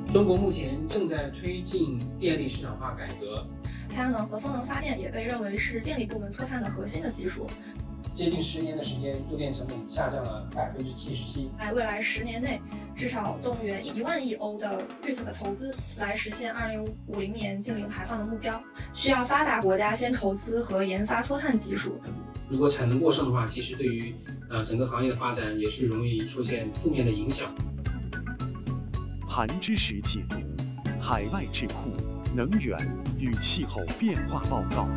中国目前正在推进电力市场化改革， 太阳能和风能发电也被认为是电力部门脱碳的核心的技术。 接近10年的时间，度电成本下降了77%。 在未来10年内，至少动员1万亿欧的绿色的投资，来实现2050年净零排放的目标。需要发达国家先投资和研发脱碳技术。 如果产能过剩的话，其实对于整个行业的发展也是容易出现负面的影响。 盘知识解读：海外智库能源与气候变化报告。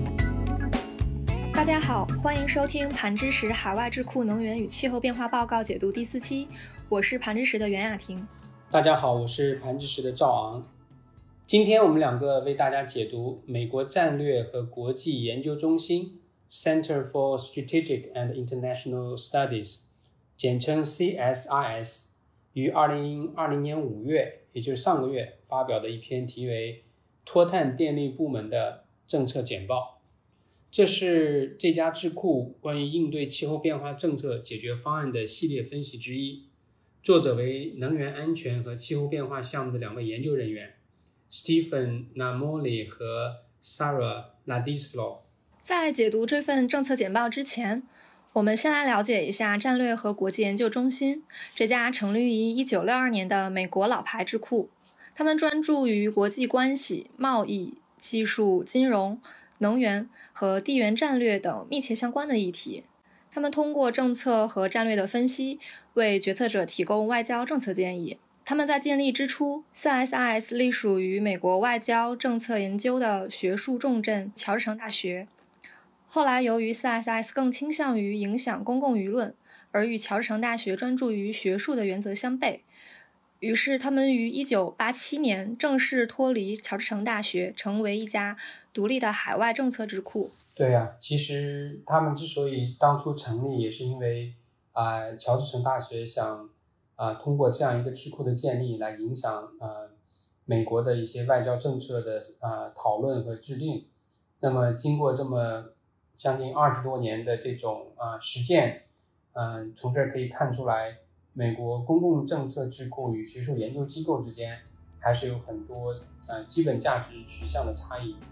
大家好，欢迎收听盘知识海外智库能源与气候变化报告解读第4期，我是盘知识的袁雅婷。 大家好，我是盘知识的赵昂。今天我们两个为大家解读美国战略和国际研究中心 Center for Strategic and International Studies 简称 CSIS 于2020年5月，也就是上个月发表的一篇题为脱碳电力部门的政策简报。这是这家智库关于应对气候变化政策解决方案的系列分析之一，作者为能源安全和气候变化项目的2位研究人员 Stephen Namoli 和 Sarah Ladislau。 在解读这份政策简报之前，我们先来了解一下战略和国际研究中心，这家成立于1962年的美国老牌智库。他们专注于国际关系、贸易、技术、金融、能源和地缘战略等密切相关的议题。他们通过政策和战略的分析，为决策者提供外交政策建议。他们在建立之初， CSIS 隶属于美国外交政策研究的学术重镇乔治城大学。后来由于 CSIS 更倾向于影响公共舆论，而与乔治城大学专注于学术的原则相悖，于是他们于1987年正式脱离乔治城大学，成为一家独立的海外政策智库。 对啊，其实他们之所以当初成立，也是因为乔治城大学想通过这样一个智库的建立来影响美国的一些外交政策的讨论和制定。那么经过这么将近20多年的这种实践，从这儿可以看出来，美国公共政策智库与学术研究机构之间还是有很多基本价值取向的差异。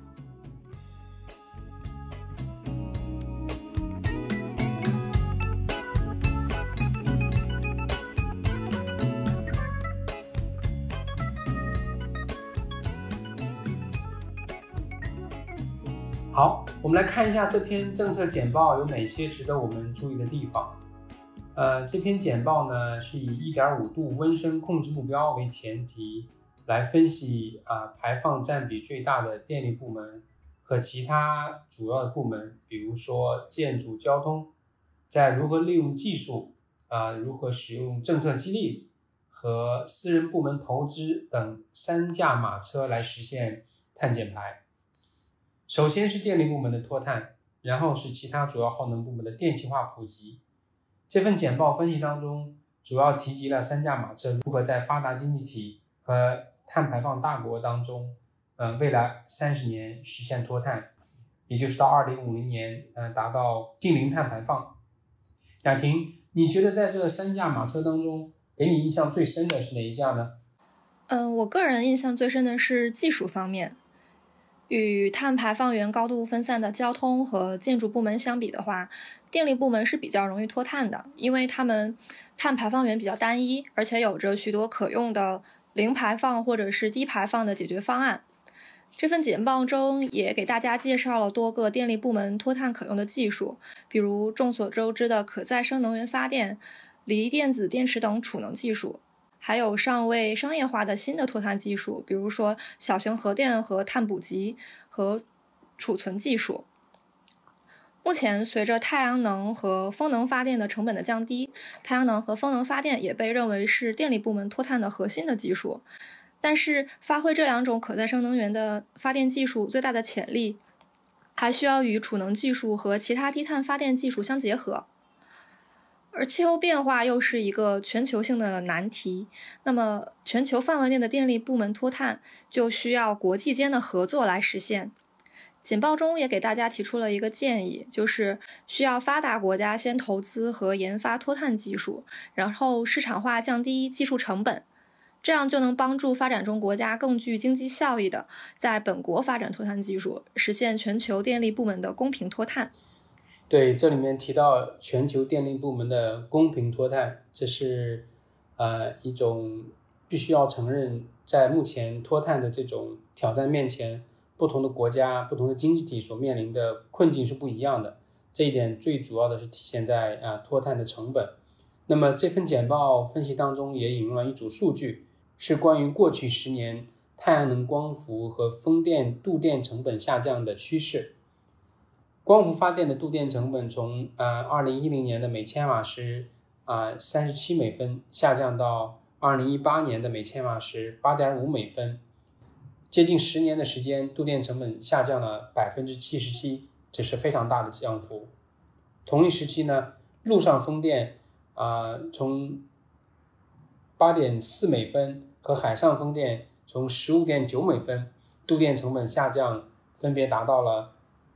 好，我们来看一下这篇政策简报有哪些值得我们注意的地方。这篇简报呢是以 1.5 度温升控制目标为前提，来分析排放占比最大的电力部门和其他主要的部门，比如说建筑、交通，在如何利用技术如何使用政策激励和私人部门投资等3驾马车来实现碳减排。首先是电力部门的脱碳，然后是其他主要耗能部门的电气化普及。这份简报分析当中主要提及了3驾马车如何在发达经济体和碳排放大国当中未来30年实现脱碳，也就是到2050年达到净零碳排放。雅婷，你觉得在这3驾马车当中给你印象最深的是哪一驾呢？ 我个人印象最深的是技术方面。与碳排放源高度分散的交通和建筑部门相比的话，电力部门是比较容易脱碳的，因为他们碳排放源比较单一，而且有着许多可用的零排放或者是低排放的解决方案。这份简报中也给大家介绍了多个电力部门脱碳可用的技术，比如众所周知的可再生能源发电、锂电子电池等储能技术，还有尚未商业化的新的脱碳技术，比如说小型核电和碳捕集和储存技术。目前随着太阳能和风能发电的成本的降低，太阳能和风能发电也被认为是电力部门脱碳的核心的技术。但是发挥这2种可再生能源的发电技术最大的潜力，还需要与储能技术和其他低碳发电技术相结合。而气候变化又是一个全球性的难题，那么全球范围内的电力部门脱碳就需要国际间的合作来实现。简报中也给大家提出了一个建议，就是需要发达国家先投资和研发脱碳技术，然后市场化降低技术成本， 这样就能帮助发展中国家更具经济效益的在本国发展脱碳技术，实现全球电力部门的公平脱碳。 对，这里面提到全球电力部门的公平脱碳，这是一种必须要承认，在目前脱碳的这种挑战面前，不同的国家、不同的经济体所面临的困境是不一样的。这一点最主要的是体现在脱碳的成本。那么这份简报分析当中也引用了一组数据，是关于过去10年太阳能光伏和风电度电成本下降的趋势。光伏发电的度电成本从2010年的每千瓦时37美分下降到2018年的每千瓦时8.5美分，接近10年的时间，度电成本下降了77%，这是非常大的降幅。同一时期呢，陆上风电从8.4美分和海上风电从15.9美分，度电成本下降分别达到了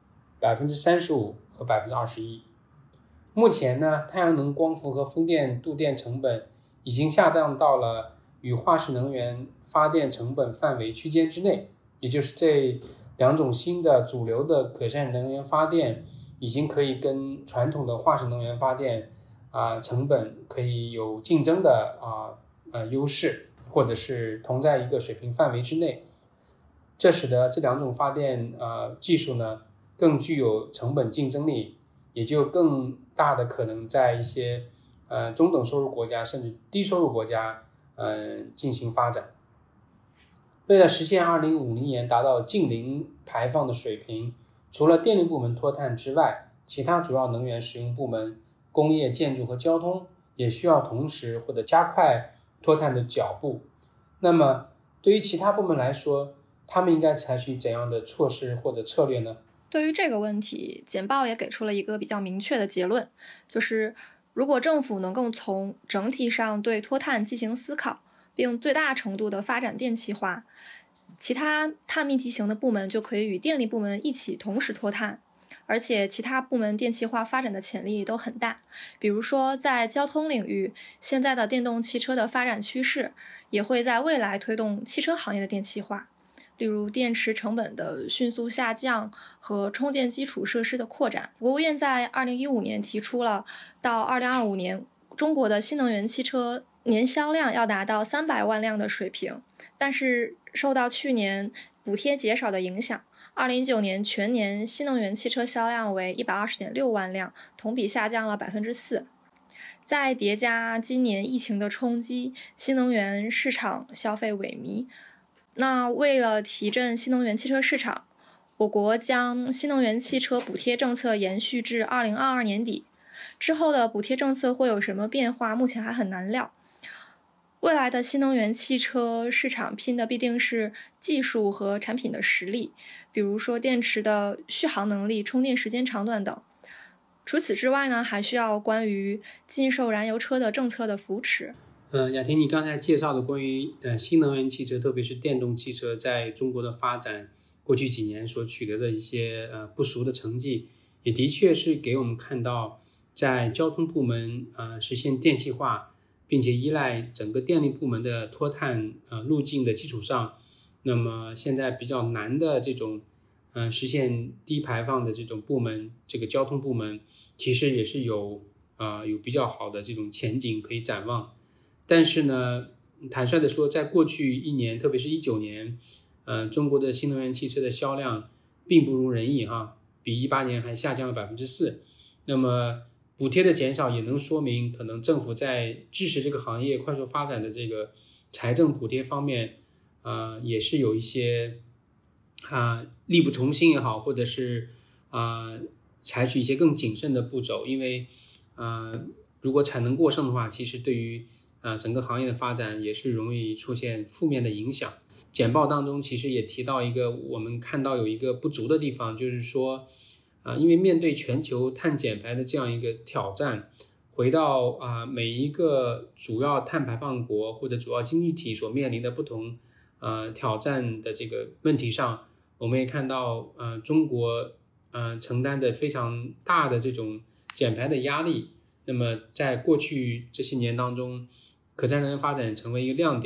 35%和21%。目前呢，太阳能光伏和风电度电成本已经下降到了与化石能源发电成本范围区间之内，也就是这两种新的主流的可再生能源发电已经可以跟传统的化石能源发电成本可以有竞争的优势，或者是同在一个水平范围之内。这使得这两种发电技术呢更具有成本竞争力，也就更大的可能在一些中等收入国家甚至低收入国家进行发展。为了实现2050年达到净零排放的水平，除了电力部门脱碳之外，其他主要能源使用部门、工业、建筑和交通也需要同时或者加快脱碳的脚步。那么对于其他部门来说，他们应该采取怎样的措施或者策略呢？ 对于这个问题，简报也给出了一个比较明确的结论，就是如果政府能够从整体上对脱碳进行思考，并最大程度的发展电气化，其他碳密集型的部门就可以与电力部门一起同时脱碳，而且其他部门电气化发展的潜力都很大。比如说在交通领域，现在的电动汽车的发展趋势也会在未来推动汽车行业的电气化，例如电池成本的迅速下降和充电基础设施的扩展。国务院在2015年提出了到2025年中国的新能源汽车年销量要达到300万辆的水平，但是受到去年补贴减少的影响，2019年全年新能源汽车销量为120.6万辆，同比下降了 4%。再叠加今年疫情的冲击，新能源市场消费萎靡。那为了提振新能源汽车市场，我国将新能源汽车补贴政策延续至2022年底。之后的补贴政策会有什么变化，目前还很难料。未来的新能源汽车市场拼的必定是技术和产品的实力，比如说电池的续航能力、充电时间长短等。除此之外呢，还需要关于禁售燃油车的政策的扶持。 雅婷，你刚才介绍的关于新能源汽车，特别是电动汽车在中国的发展，过去几年所取得的一些不俗的成绩，也的确是给我们看到，在交通部门实现电气化，并且依赖整个电力部门的脱碳路径的基础上，那么现在比较难的这种实现低排放的这种部门，这个交通部门其实也是有比较好的这种前景可以展望。但是呢，坦率的说，在过去1年，特别是19年，中国的新能源汽车的销量并不如人意比18年还下降了 4%。那么补贴的减少也能说明，可能政府在支持这个行业快速发展的这个财政补贴方面也是有一些力不从心也好，或者是采取一些更谨慎的步骤。因为如果产能过剩的话，其实对于整个行业的发展也是容易出现负面的影响。简报当中其实也提到一个我们看到有一个不足的地方，就是说因为面对全球碳减排的这样一个挑战，回到每一个主要碳排放国或者主要经济体所面临的不同挑战的这个问题上，我们也看到中国承担的非常大的这种减排的压力。那么在过去这些年当中，可再生能源发展成为一个亮点，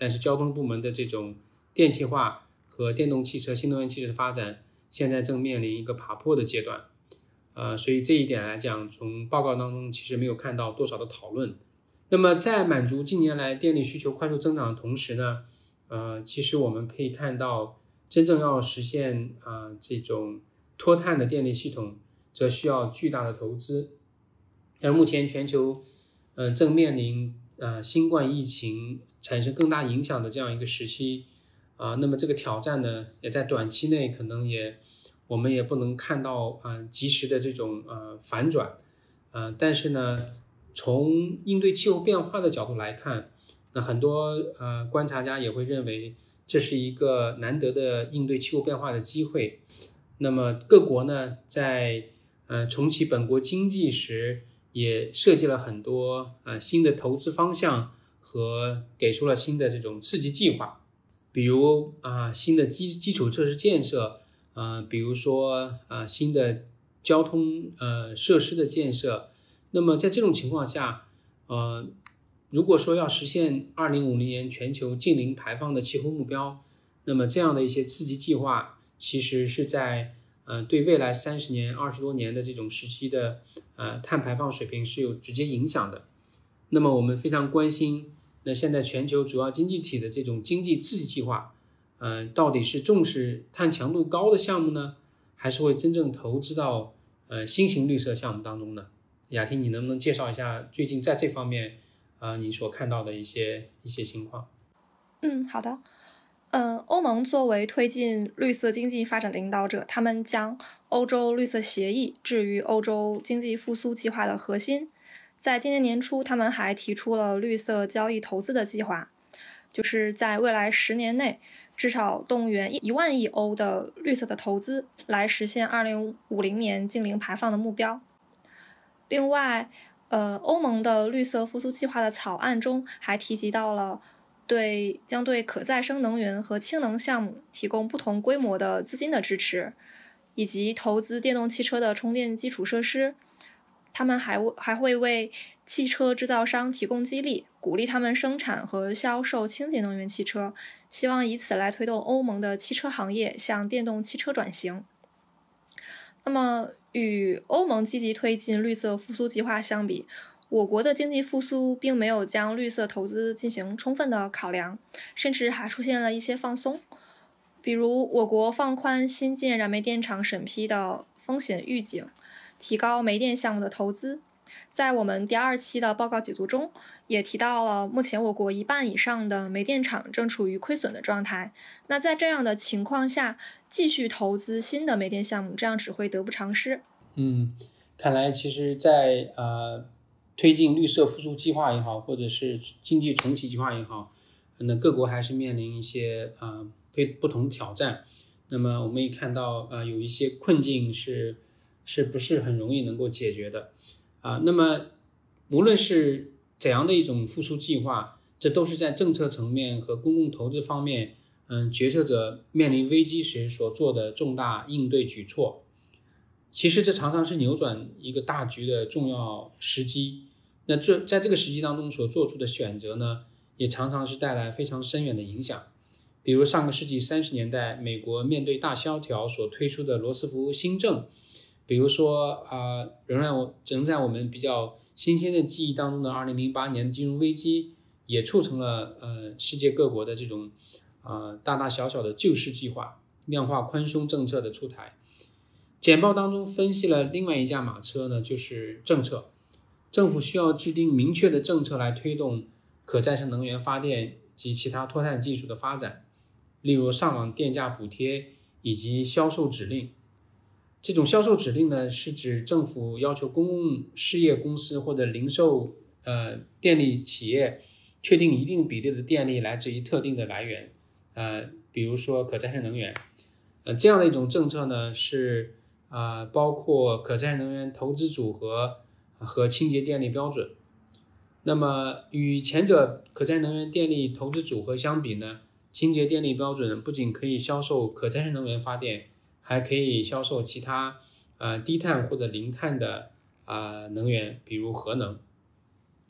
但是交通部门的这种电气化和电动汽车、新能源汽车的发展，现在正面临一个爬坡的阶段。所以这一点来讲，从报告当中其实没有看到多少的讨论。那么在满足近年来电力需求快速增长的同时呢，其实我们可以看到，真正要实现这种脱碳的电力系统，则需要巨大的投资。而目前全球正面临新冠疫情产生更大影响的这样一个时期那么这个挑战呢，也在短期内可能我们也不能看到及时的这种反转但是呢，从应对气候变化的角度来看，那很多观察家也会认为这是一个难得的应对气候变化的机会。那么各国呢，在重启本国经济时，也设计了很多新的投资方向和给出了新的这种刺激计划，比如新的基础设施建设，比如说新的交通设施的建设。那么在这种情况下，如果说要实现2050年全球净零排放的气候目标，那么这样的一些刺激计划其实是在对未来30年、20多年的这种时期的碳排放水平是有直接影响的。那么我们非常关心，那现在全球主要经济体的这种经济刺激计划，到底是重视碳强度高的项目呢，还是会真正投资到新型绿色项目当中呢？雅婷，你能不能介绍一下最近在这方面你所看到的一些情况？ 好的。欧盟作为推进绿色经济发展的领导者，他们将欧洲绿色协议置于欧洲经济复苏计划的核心。在今年年初，他们还提出了绿色交易投资的计划，就是在未来10年内至少动员1万亿欧的绿色的投资，来实现2050年净零排放的目标。另外，欧盟的绿色复苏计划的草案中还提及到了将对可再生能源和氢能项目提供不同规模的资金的支持，以及投资电动汽车的充电基础设施。他们还会为汽车制造商提供激励，鼓励他们生产和销售清洁能源汽车，希望以此来推动欧盟的汽车行业向电动汽车转型。那么与欧盟积极推进绿色复苏计划相比，我国的经济复苏并没有将绿色投资进行充分的考量，甚至还出现了一些放松。比如我国放宽新建燃煤电厂审批的风险预警，提高煤电项目的投资。在我们第2期的报告解读中也提到了，目前我国1半以上的煤电厂正处于亏损的状态。那在这样的情况下，继续投资新的煤电项目，这样只会得不偿失。 看来其实在推进绿色复苏计划也好，或者是经济重启计划也好，那各国还是面临一些不同挑战。那么我们也看到有一些困境是不是很容易能够解决的那么无论是怎样的一种复苏计划，这都是在政策层面和公共投资方面决策者面临危机时所做的重大应对举措。其实这常常是扭转一个大局的重要时机。那在这个时机当中所做出的选择呢，也常常是带来非常深远的影响。比如上个世纪30年代，美国面对大萧条所推出的罗斯福新政，比如说仍在我们比较新鲜的记忆当中的2008年的金融危机，也促成了世界各国的这种大大小小的救市计划、量化宽松政策的出台。简报当中分析了另外一架马车呢，就是政策。政府需要制定明确的政策来推动可再生能源发电及其他脱碳技术的发展，例如上网电价补贴以及销售指令。这种销售指令呢，是指政府要求公共事业公司或者零售电力企业确定一定比例的电力来自于特定的来源，比如说可再生能源。这样的一种政策呢，是包括可再生能源投资组合和清洁电力标准。那么与前者可再生能源电力投资组合相比呢，清洁电力标准不仅可以销售可再生能源发电，还可以销售其他低碳或者零碳的能源，比如核能。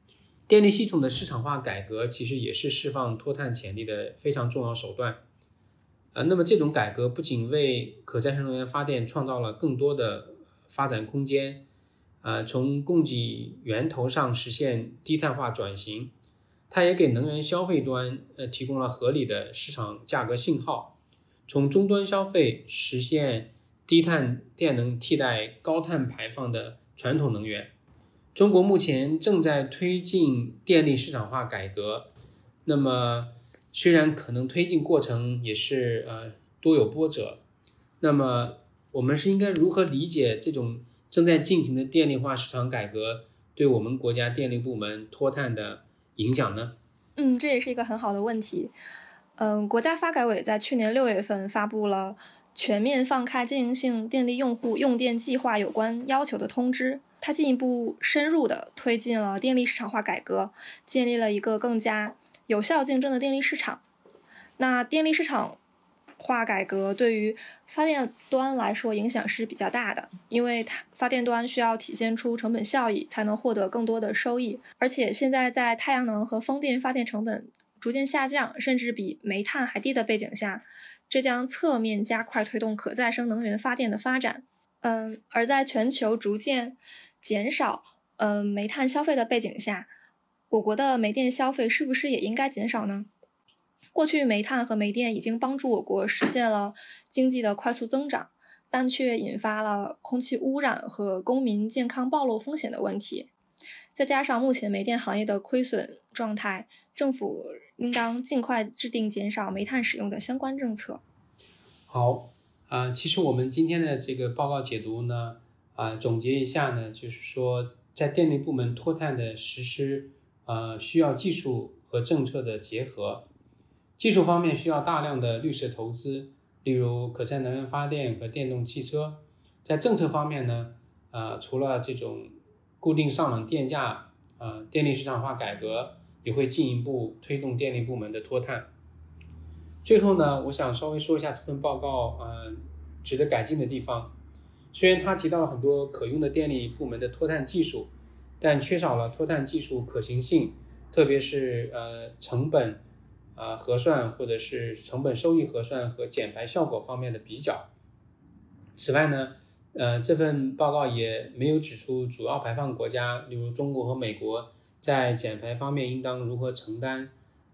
电力系统的市场化改革其实也是释放脱碳潜力的非常重要手段。那么这种改革不仅为可再生能源发电创造了更多的发展空间，从供给源头上实现低碳化转型，它也给能源消费端提供了合理的市场价格信号，从终端消费实现低碳电能替代高碳排放的传统能源。中国目前正在推进电力市场化改革，那么虽然可能推进过程也是多有波折，那么我们是应该如何理解这种正在进行的电力化市场改革对我们国家电力部门脱碳的影响呢？ 这也是一个很好的问题。国家发改委在去年6月份发布了全面放开经营性电力用户用电计划有关要求的通知，它进一步深入地推进了电力市场化改革，建立了一个更加有效竞争的电力市场。那电力市场化改革对于发电端来说影响是比较大的，因为发电端需要体现出成本效益才能获得更多的收益，而且现在在太阳能和风电发电成本逐渐下降，甚至比煤炭还低的背景下，这将侧面加快推动可再生能源发电的发展。而在全球逐渐减少煤炭消费的背景下，我国的煤电消费是不是也应该减少呢？过去煤炭和煤电已经帮助我国实现了经济的快速增长，但却引发了空气污染和公民健康暴露风险的问题。再加上目前煤电行业的亏损状态，政府应当尽快制定减少煤炭使用的相关政策。 好，其实我们今天的这个报告解读呢，总结一下呢，就是说在电力部门脱碳的实施，需要技术和政策的结合。技术方面需要大量的绿色投资，例如可再生能源发电和电动汽车。在政策方面呢，除了这种固定上网电价，电力市场化改革也会进一步推动电力部门的脱碳。最后呢，我想稍微说一下这份报告值得改进的地方。虽然它提到了很多可用的电力部门的脱碳技术，但缺少了脱碳技术可行性，特别是成本核算或者是成本收益核算和减排效果方面的比较。此外呢，这份报告也没有指出主要排放国家，例如中国和美国在减排方面应当如何承担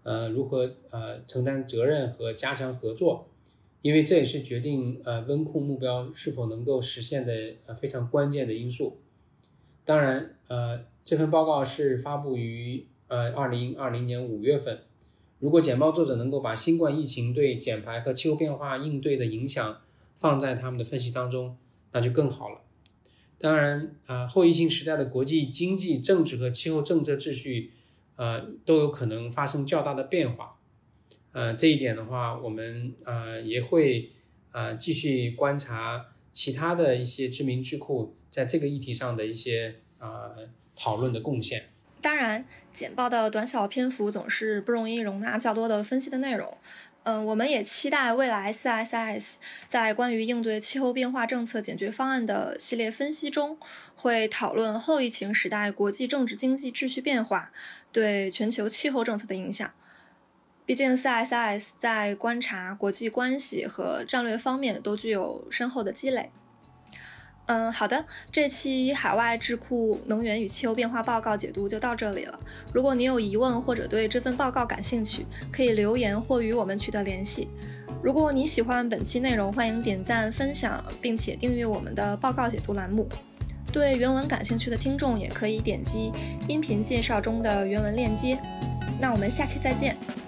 责任和加强合作，因为这也是决定温控目标是否能够实现的非常关键的因素。当然，这份报告是发布于2020年5月份。如果简报作者能够把新冠疫情对减排和气候变化应对的影响放在他们的分析当中，那就更好了。当然，后疫情时代的国际经济、政治和气候政策秩序都有可能发生较大的变化。这一点的话，我们也会继续观察其他的一些知名智库在这个议题上的一些讨论的贡献。 当然，简报的短小篇幅总是不容易容纳较多的分析的内容。我们也期待未来 CSIS 在关于应对气候变化政策解决方案的系列分析中，会讨论后疫情时代国际政治经济秩序变化对全球气候政策的影响。毕竟 CSIS 在观察国际关系和战略方面都具有深厚的积累。好的，这期海外智库能源与气候变化报告解读就到这里了。如果你有疑问或者对这份报告感兴趣，可以留言或与我们取得联系。如果你喜欢本期内容，欢迎点赞、分享，并且订阅我们的报告解读栏目。对原文感兴趣的听众也可以点击音频介绍中的原文链接。那我们下期再见。